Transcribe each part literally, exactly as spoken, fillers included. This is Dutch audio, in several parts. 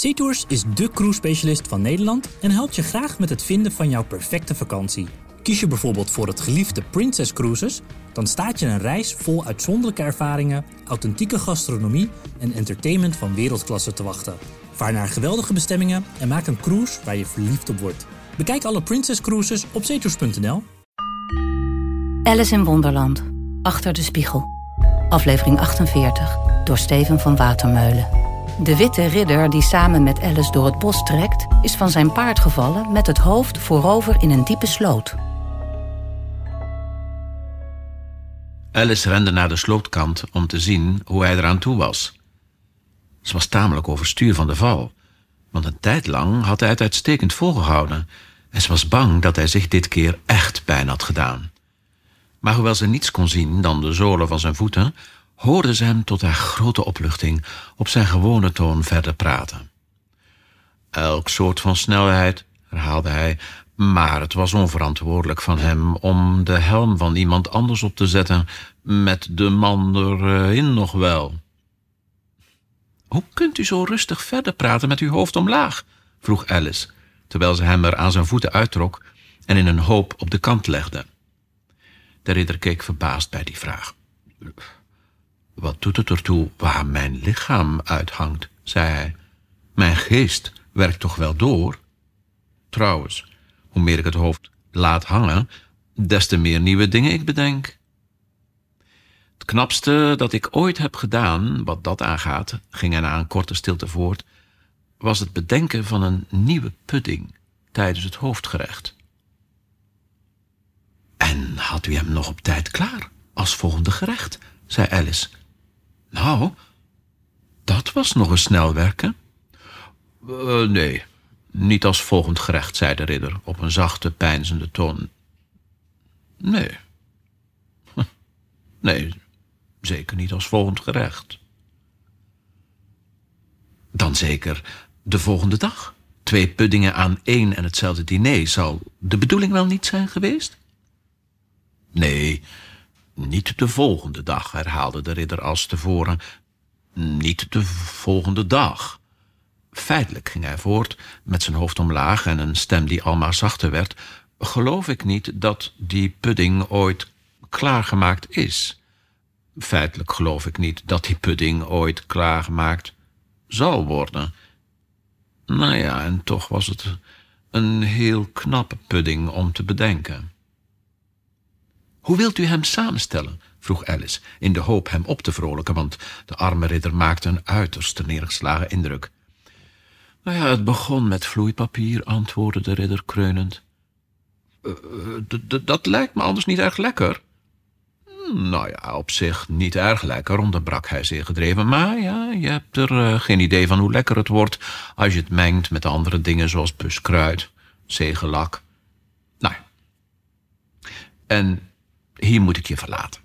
Seatours is dé cruise-specialist van Nederland en helpt je graag met het vinden van jouw perfecte vakantie. Kies je bijvoorbeeld voor het geliefde Princess Cruises, dan staat je een reis vol uitzonderlijke ervaringen, authentieke gastronomie en entertainment van wereldklasse te wachten. Vaar naar geweldige bestemmingen en maak een cruise waar je verliefd op wordt. Bekijk alle Princess Cruises op zeetours punt n l. Alice in Wonderland. Achter de spiegel. Aflevering achtenveertig. Door Steven van Watermeulen. De witte ridder die samen met Alice door het bos trekt, is van zijn paard gevallen met het hoofd voorover in een diepe sloot. Alice rende naar de slootkant om te zien hoe hij eraan toe was. Ze was tamelijk overstuur van de val, want een tijd lang had hij het uitstekend volgehouden en ze was bang dat hij zich dit keer echt pijn had gedaan. Maar hoewel ze niets kon zien dan de zolen van zijn voeten, hoorde ze hem tot haar grote opluchting op zijn gewone toon verder praten. Elk soort van snelheid, herhaalde hij, maar het was onverantwoordelijk van hem om de helm van iemand anders op te zetten met de man erin nog wel. Hoe kunt u zo rustig verder praten met uw hoofd omlaag? Vroeg Alice, terwijl ze hem er aan zijn voeten uittrok en in een hoop op de kant legde. De ridder keek verbaasd bij die vraag. Wat doet het ertoe waar mijn lichaam uithangt, zei hij. Mijn geest werkt toch wel door? Trouwens, hoe meer ik het hoofd laat hangen, des te meer nieuwe dingen ik bedenk. Het knapste dat ik ooit heb gedaan, wat dat aangaat, ging hij na een korte stilte voort, was het bedenken van een nieuwe pudding tijdens het hoofdgerecht. En had u hem nog op tijd klaar, als volgende gerecht, zei Alice. Nou, dat was nog eens snel werken. Uh, nee, niet als volgend gerecht, zei de ridder op een zachte, peinzende toon. Nee. Nee, zeker niet als volgend gerecht. Dan zeker de volgende dag. Twee puddingen aan één en hetzelfde diner. Zal de bedoeling wel niet zijn geweest? Nee, niet de volgende dag, herhaalde de ridder als tevoren. Niet de volgende dag. Feitelijk, ging hij voort, met zijn hoofd omlaag en een stem die almaar zachter werd, geloof ik niet dat die pudding ooit klaargemaakt is. Feitelijk geloof ik niet dat die pudding ooit klaargemaakt zal worden. Nou ja, en toch was het een heel knappe pudding om te bedenken. Hoe wilt u hem samenstellen? Vroeg Alice, in de hoop hem op te vrolijken, want de arme ridder maakte een uiterst neergeslagen indruk. Nou ja, het begon met vloeipapier, antwoordde de ridder kreunend. Uh, dat lijkt me anders niet erg lekker. Nou ja, op zich niet erg lekker, onderbrak hij zeer gedreven. Maar ja, je hebt er uh, geen idee van hoe lekker het wordt als je het mengt met andere dingen zoals buskruid, zegellak. Nou ja. En hier moet ik je verlaten.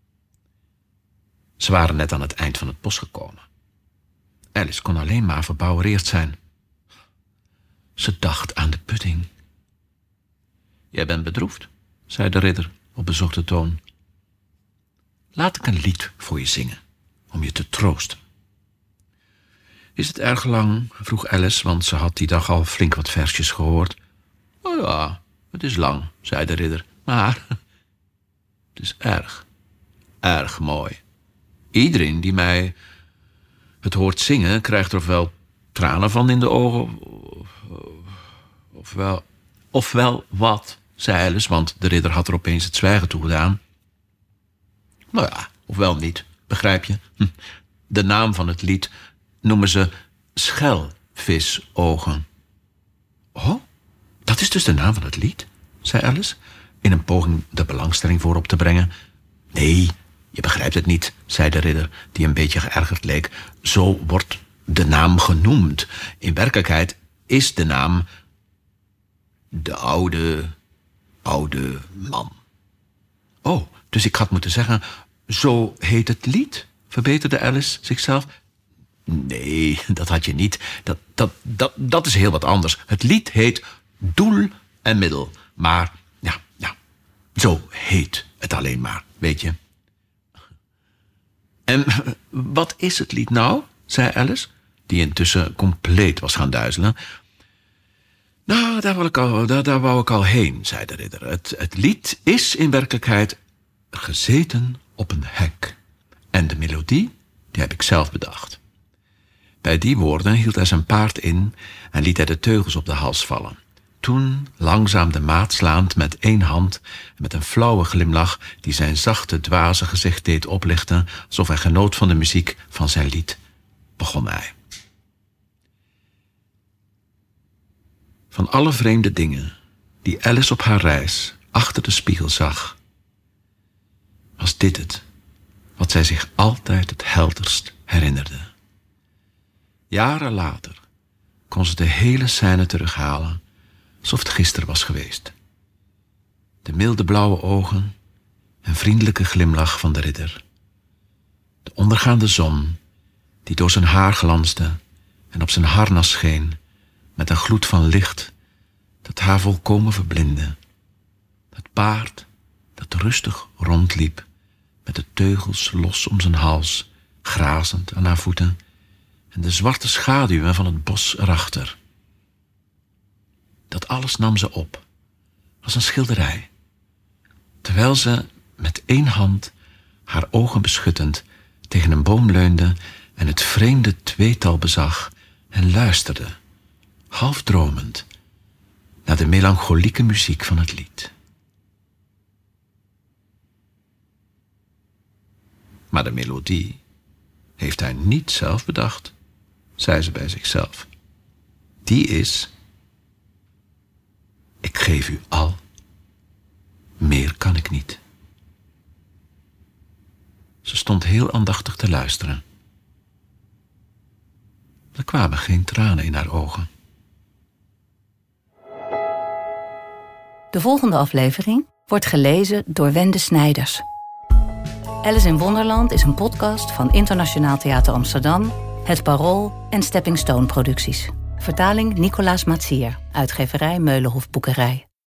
Ze waren net aan het eind van het bos gekomen. Alice kon alleen maar verbouwereerd zijn. Ze dacht aan de pudding. Jij bent bedroefd, zei de ridder op bezochte toon. Laat ik een lied voor je zingen, om je te troosten. Is het erg lang? Vroeg Alice, want ze had die dag al flink wat versjes gehoord. Oh ja, het is lang, zei de ridder, maar het is erg, erg mooi. Iedereen die mij het hoort zingen, krijgt er ofwel tranen van in de ogen, ofwel, ofwel wat, zei Alice, want de ridder had er opeens het zwijgen toegedaan. Nou ja, ofwel niet, begrijp je? Hm. De naam van het lied noemen ze Schelvisogen. Oh, dat is dus de naam van het lied, zei Alice, in een poging de belangstelling voorop te brengen. Nee, je begrijpt het niet, zei de ridder, die een beetje geërgerd leek. Zo wordt de naam genoemd. In werkelijkheid is de naam de oude, oude man. Oh, dus ik had moeten zeggen, zo heet het lied, verbeterde Alice zichzelf. Nee, dat had je niet. Dat, dat, dat, dat is heel wat anders. Het lied heet Doel en Middel. Maar, ja, ja, zo heet het alleen maar, weet je. En wat is het lied nou, zei Alice, die intussen compleet was gaan duizelen. Nou, daar wou ik al, daar, daar wou ik al heen, zei de ridder. Het, het lied is in werkelijkheid gezeten op een hek. En de melodie, die heb ik zelf bedacht. Bij die woorden hield hij zijn paard in en liet hij de teugels op de hals vallen. Toen langzaam de maat slaand met één hand en met een flauwe glimlach die zijn zachte, dwaze gezicht deed oplichten, alsof hij genoot van de muziek van zijn lied, begon hij. Van alle vreemde dingen die Alice op haar reis achter de spiegel zag, was dit het wat zij zich altijd het helderst herinnerde. Jaren later kon ze de hele scène terughalen, alsof het gisteren was geweest. De milde blauwe ogen en vriendelijke glimlach van de ridder. De ondergaande zon, die door zijn haar glansde en op zijn harnas scheen, met een gloed van licht dat haar volkomen verblindde. Het paard dat rustig rondliep, met de teugels los om zijn hals, grazend aan haar voeten, en de zwarte schaduwen van het bos erachter. Dat alles nam ze op, als een schilderij, terwijl ze met één hand, haar ogen beschuttend, tegen een boom leunde en het vreemde tweetal bezag en luisterde, half dromend, naar de melancholieke muziek van het lied. Maar de melodie heeft hij niet zelf bedacht, zei ze bij zichzelf. Die is: ik geef u al, meer kan ik niet. Ze stond heel aandachtig te luisteren. Er kwamen geen tranen in haar ogen. De volgende aflevering wordt gelezen door Wende Snijders. Alice in Wonderland is een podcast van Internationaal Theater Amsterdam, Het Parool en Stepping Stone Producties. Vertaling Nicolaas Matsier, uitgeverij Meulenhof Boekerij.